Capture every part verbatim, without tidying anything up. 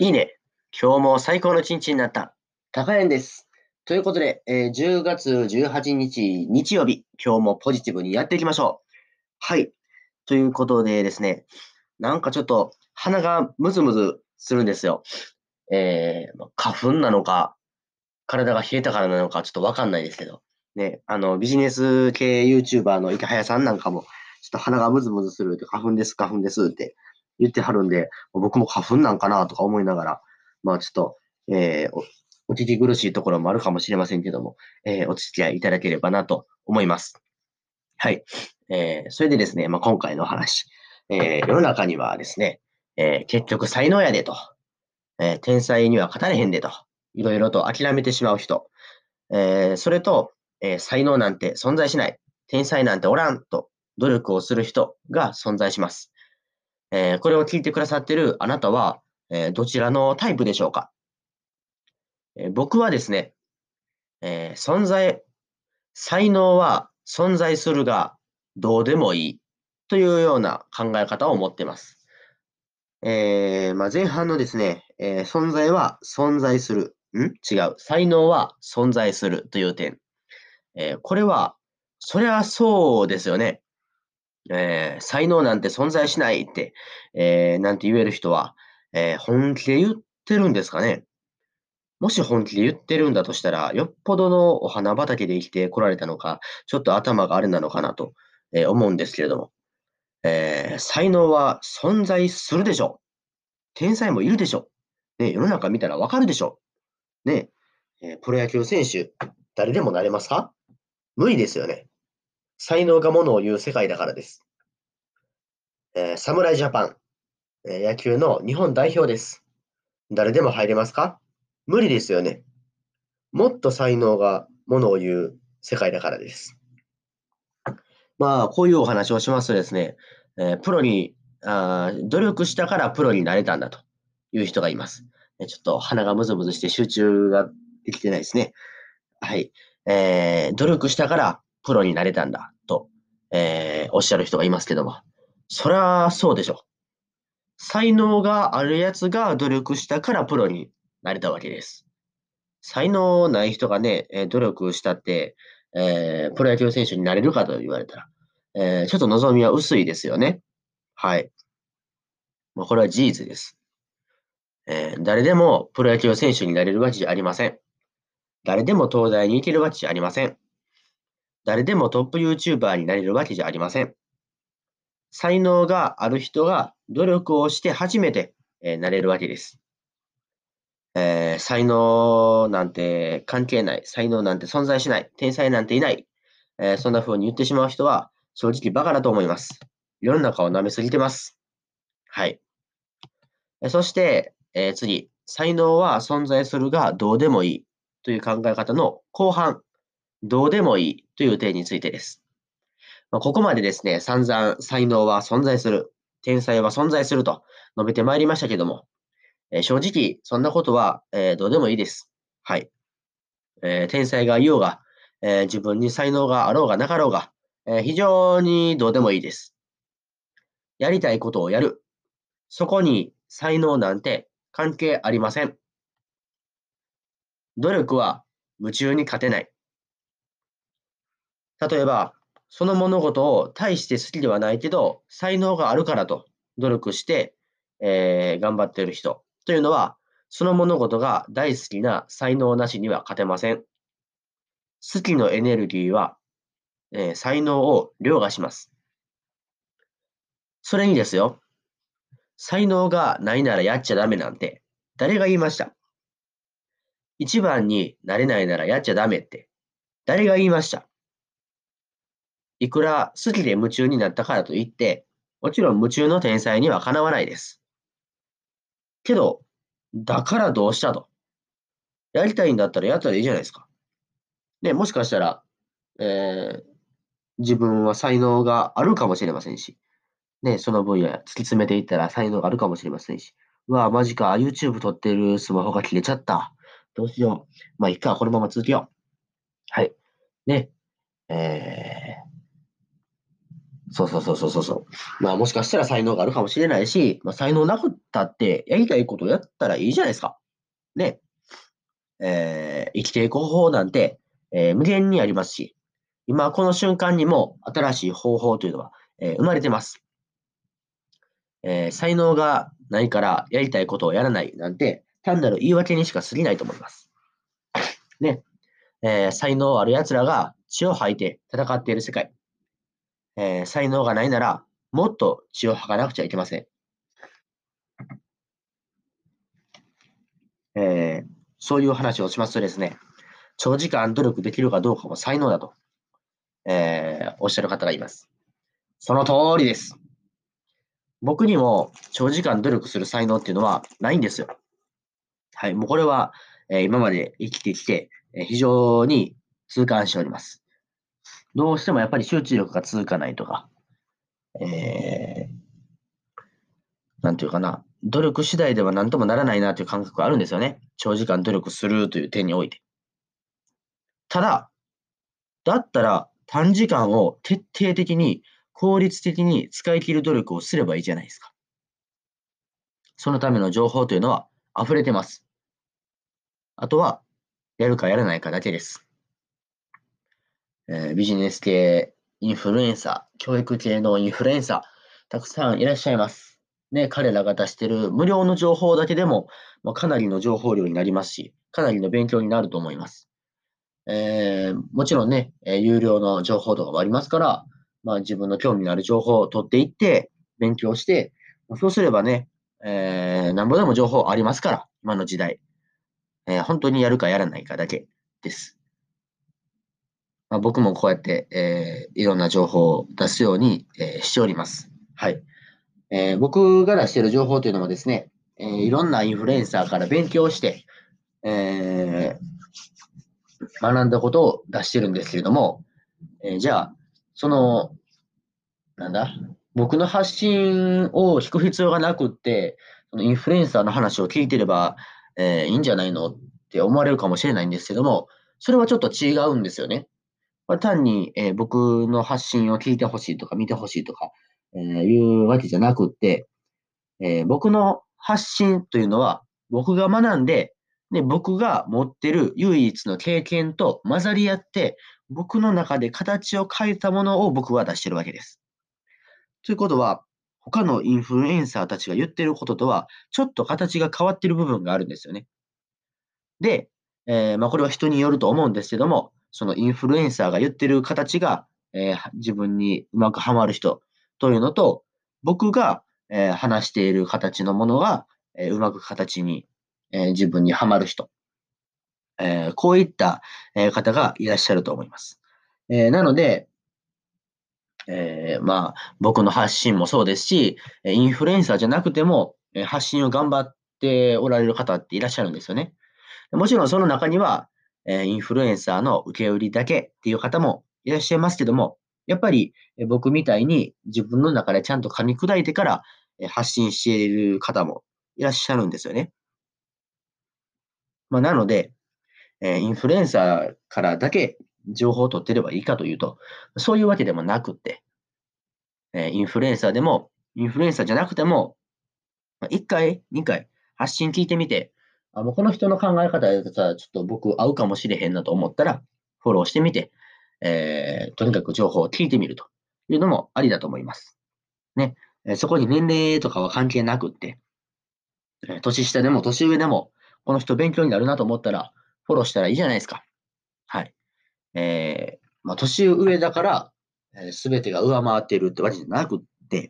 いいね。今日も最高の一日になった。高谷です。ということで、えーじゅうがつじゅうはちにち日曜日、今日もポジティブにやっていきましょう。はい。ということでですね、なんかちょっと鼻がムズムズするんですよ。えーま花粉なのか、体が冷えたからなのか、ちょっとわかんないですけど。ね、あの、ビジネス系 YouTuber の池早さんなんかも、ちょっと鼻がムズムズするって、花粉です、花粉ですって言ってはるんで、僕も花粉なんかなとか思いながら、まあちょっと、えーお、お聞き苦しいところもあるかもしれませんけども、えーお付き合いいただければなと思います。はい。えーそれでですね、まあ今回のお話、えー世の中にはですね、えー結局才能やでと、えー天才には勝たれへんでと、いろいろと諦めてしまう人、えーそれと、えー才能なんて存在しない。天才なんておらんと努力をする人が存在します。えーこれを聞いてくださっているあなたは、えーどちらのタイプでしょうか？えー僕はですね、えー存在、才能は存在するがどうでもいいというような考え方を持っています。えーまあ、前半のですね、えー存在は存在する。ん違う。才能は存在するという点。えーこれは、そりゃそうですよね。えー才能なんて存在しないって、えーなんて言える人は、えー本気で言ってるんですかね。もし本気で言ってるんだとしたら、よっぽどのお花畑で生きてこられたのか、ちょっと頭があれなのかなと、えー思うんですけれども、えー才能は存在するでしょう。天才もいるでしょう。ね、世の中見たらわかるでしょう。ね、えープロ野球選手、誰でもなれますか？無理ですよね。才能がものを言う世界だからです。えー侍ジャパン、えー野球の日本代表です。誰でも入れますか？無理ですよね。もっと才能がものを言う世界だからです。まあ、こういうお話をしますとですね、えープロにあー、努力したからプロになれたんだという人がいます。えちょっと鼻がムズムズして集中ができてないですね。はい。えー努力したからプロになれたんだと、えーおっしゃる人がいますけども、そりゃそうでしょ。才能があるやつが努力したからプロになれたわけです。才能ない人がね、えー努力したって、えープロ野球選手になれるかと言われたら、えーちょっと望みは薄いですよね。はい。もうこれは事実です。えー誰でもプロ野球選手になれるわけじゃありません。誰でも東大に行けるわけじゃありません。誰でもトップ YouTuber になれるわけじゃありません。才能がある人が努力をして初めて、えーなれるわけです。えー才能なんて関係ない。才能なんて存在しない。天才なんていない。えーそんな風に言ってしまう人は正直バカだと思います。世の中を舐めすぎてます。はい。えそして、えー次。才能は存在するがどうでもいいという考え方の後半。どうでもいいという点についてです。まあ、ここまでですね、散々才能は存在する。天才は存在すると述べてまいりましたけども、えー正直、そんなことは、えーどうでもいいです。はい。えー天才がいようが、えー自分に才能があろうがなかろうが、えー非常にどうでもいいです。やりたいことをやる。そこに才能なんて関係ありません。努力は夢中に勝てない。例えば、その物事を大して好きではないけど、才能があるからと努力して、えー頑張っている人というのは、その物事が大好きな才能なしには勝てません。好きのエネルギーは、えー才能を凌駕します。それにですよ、才能がないならやっちゃダメなんて、誰が言いました？一番になれないならやっちゃダメって、誰が言いました？いくら好きで夢中になったからといって、もちろん夢中の天才にはかなわないです。けど、だからどうしたと。やりたいんだったらやったらいいじゃないですか。ね、もしかしたら、えー自分は才能があるかもしれませんし、ね、その分野突き詰めていったら才能があるかもしれませんし、うわ、マジか、YouTube 撮ってるスマホが切れちゃった。どうしよう。まあ、いっか、このまま続けよう。はい。ね、えーそうそうそうそうそうそう。まあもしかしたら才能があるかもしれないし、まあ才能なくったってやりたいことをやったらいいじゃないですか。ね。えー生きていく方法なんて、えー無限にありますし、今この瞬間にも新しい方法というのは、えー生まれてます。えー才能がないからやりたいことをやらないなんて、単なる言い訳にしか過ぎないと思います。ね。えー才能ある奴らが血を吐いて戦っている世界。えー才能がないなら、もっと血を吐かなくちゃいけません。えーそういう話をしますとですね、長時間努力できるかどうかも才能だと、えーおっしゃる方がいます。その通りです。僕にも長時間努力する才能っていうのはないんですよ。はい。もうこれは、えー今まで生きてきて、えー非常に痛感しております。どうしてもやっぱり集中力が続かないとか、えー、なんていうかな、努力次第では何ともならないなという感覚があるんですよね。長時間努力するという点において。ただ、だったら短時間を徹底的に効率的に使い切る努力をすればいいじゃないですか。そのための情報というのは溢れてます。あとは、やるかやらないかだけです。えービジネス系、インフルエンサー、教育系のインフルエンサー、たくさんいらっしゃいます。ね、彼らが出している無料の情報だけでも、まあ、かなりの情報量になりますし、かなりの勉強になると思います。えーもちろんね、えー有料の情報とかもありますから、まあ、自分の興味のある情報を取っていって、勉強して、そうすればね、えーなんぼでも情報ありますから、今の時代。えー本当にやるかやらないかだけです。まあ、僕もこうやって、えーいろんな情報を出すように、えーしております。はい。えー僕が出している情報というのもですね、えーいろんなインフルエンサーから勉強して、えー学んだことを出してるんですけれども、えーじゃあ、その、なんだ、僕の発信を聞く必要がなくって、そのインフルエンサーの話を聞いてれば、えーいいんじゃないのって思われるかもしれないんですけども、それはちょっと違うんですよね。まあ、単に、えー僕の発信を聞いてほしいとか見てほしいとか、えーいうわけじゃなくって、えー僕の発信というのは僕が学んで、で、僕が持ってる唯一の経験と混ざり合って、僕の中で形を変えたものを僕は出してるわけです。ということは、他のインフルエンサーたちが言ってることとは、ちょっと形が変わってる部分があるんですよね。で、えーまあ、これは人によると思うんですけども、そのインフルエンサーが言ってる形が、えー自分にうまくはまる人というのと、僕が、えー話している形のものが、えーうまく形に、えー自分にはまる人、えーこういった、えー方がいらっしゃると思います。えーなので、えーまあ、僕の発信もそうですし、えインフルエンサーじゃなくても、え発信を頑張っておられる方っていらっしゃるんですよね。もちろんその中には、えーインフルエンサーの受け売りだけっていう方もいらっしゃいますけども、やっぱりえー僕みたいに自分の中でちゃんと噛み砕いてからえー発信している方もいらっしゃるんですよね。まあ、なので、えーインフルエンサーからだけ情報を取ってればいいかというと、そういうわけでもなくって、えーインフルエンサーでも、インフルエンサーじゃなくても、まあいっかい、にかい発信聞いてみて、あ、もうこの人の考え方やったらちょっと僕合うかもしれへんなと思ったら、フォローしてみて、えーとにかく情報を聞いてみるというのもありだと思います。ね。えーそこに年齢とかは関係なくって、えー年下でも年上でも、この人勉強になるなと思ったら、フォローしたらいいじゃないですか。はい。えーまあ、年上だから、えー、全てが上回っているってわけじゃなくって、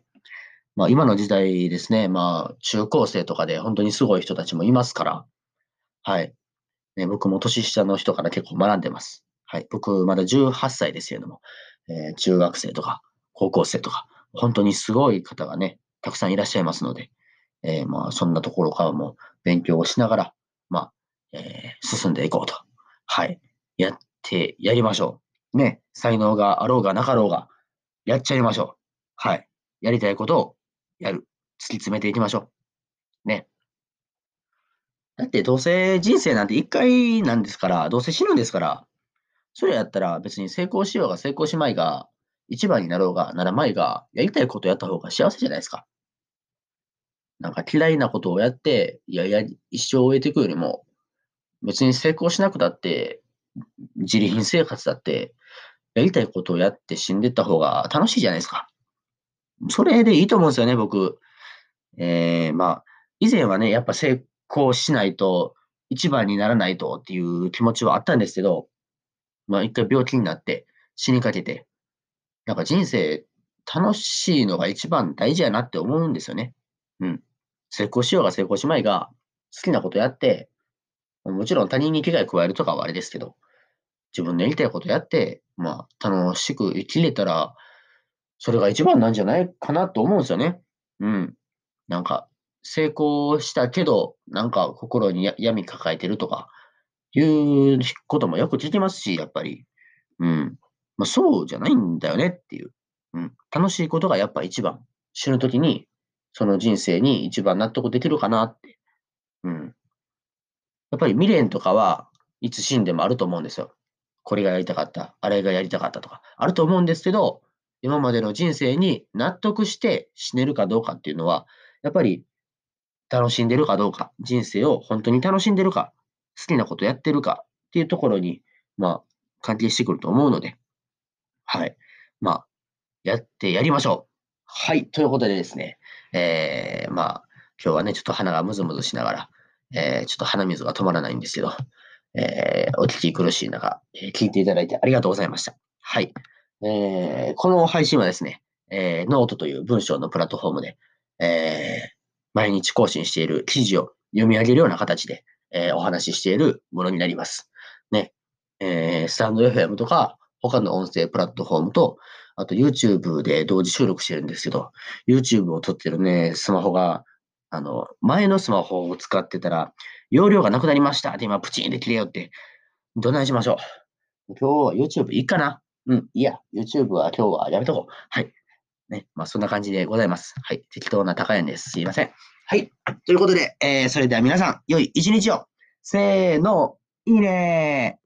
まあ、今の時代ですね、まあ、中高生とかで本当にすごい人たちもいますから、はい。ね、僕も年下の人から結構学んでます。はい。僕、まだじゅうはっさいですけれども、えー中学生とか、高校生とか、本当にすごい方がね、たくさんいらっしゃいますので、えーまあ、そんなところからも勉強をしながら、まあ、えー進んでいこうと。はい。やって、やりましょう。ね。才能があろうがなかろうが、やっちゃいましょう。はい。やりたいことをやる。突き詰めていきましょう。ね。だってどうせ人生なんて一回なんですから、どうせ死ぬんですから、それやったら別に成功しようが成功しまいが、 一番になろうがならまいが、やりたいことやった方が幸せじゃないですか。なんか嫌いなことをやって、いやいや、一生を終えていくよりも、別に成功しなくたって、自利品生活だって、やりたいことをやって死んでった方が楽しいじゃないですか。それでいいと思うんですよね、僕。えー、まあ、以前はね、やっぱ成功しないと、一番にならないとっていう気持ちはあったんですけど、まあ一回病気になって死にかけて、なんか人生楽しいのが一番大事やなって思うんですよね。うん。成功しようが成功しまいが、好きなことやって、もちろん他人に危害加えるとかはあれですけど、自分のやりたいことやって、まあ楽しく生きれたら、それが一番なんじゃないかなと思うんですよね。うん。なんか、成功したけど、なんか心にや闇抱えてるとか、いうこともよく聞きますし、やっぱり。うん。まあ、そうじゃないんだよねっていう。うん。楽しいことがやっぱ一番。死ぬ時に、その人生に一番納得できるかなって。うん。やっぱり未練とかはいつ死んでもあると思うんですよ。これがやりたかった、あれがやりたかったとか、あると思うんですけど、今までの人生に納得して死ねるかどうかっていうのは、やっぱり楽しんでるかどうか、人生を本当に楽しんでるか、好きなことやってるかっていうところに、まあ、関係してくると思うので、はい。まあ、やってやりましょう。はい。ということでですね、えー、まあ、今日はね、ちょっと鼻がムズムズしながら、えー、ちょっと鼻水が止まらないんですけど、えー、お聞き苦しい中、えー聞いていただいてありがとうございました。はい。えー、この配信はですね、えー、ノートという文章のプラットフォームで、えー、毎日更新している記事を読み上げるような形で、えーお話ししているものになります。ね。えー、スタンド エフエム とか、他の音声プラットフォームと、あと YouTube で同時収録してるんですけど、YouTube を撮ってるね、スマホが、あの、前のスマホを使ってたら、容量がなくなりましたって今、プチンで切れよって、どないしましょう。今日は YouTube いいかな。うん、いいや、YouTube は今日はやめとこう。はい。ね、まあそんな感じでございます。はい。適当な高谷です。すいません。はい。ということで、えー、それでは皆さん、良い一日を。せーの、いいねー。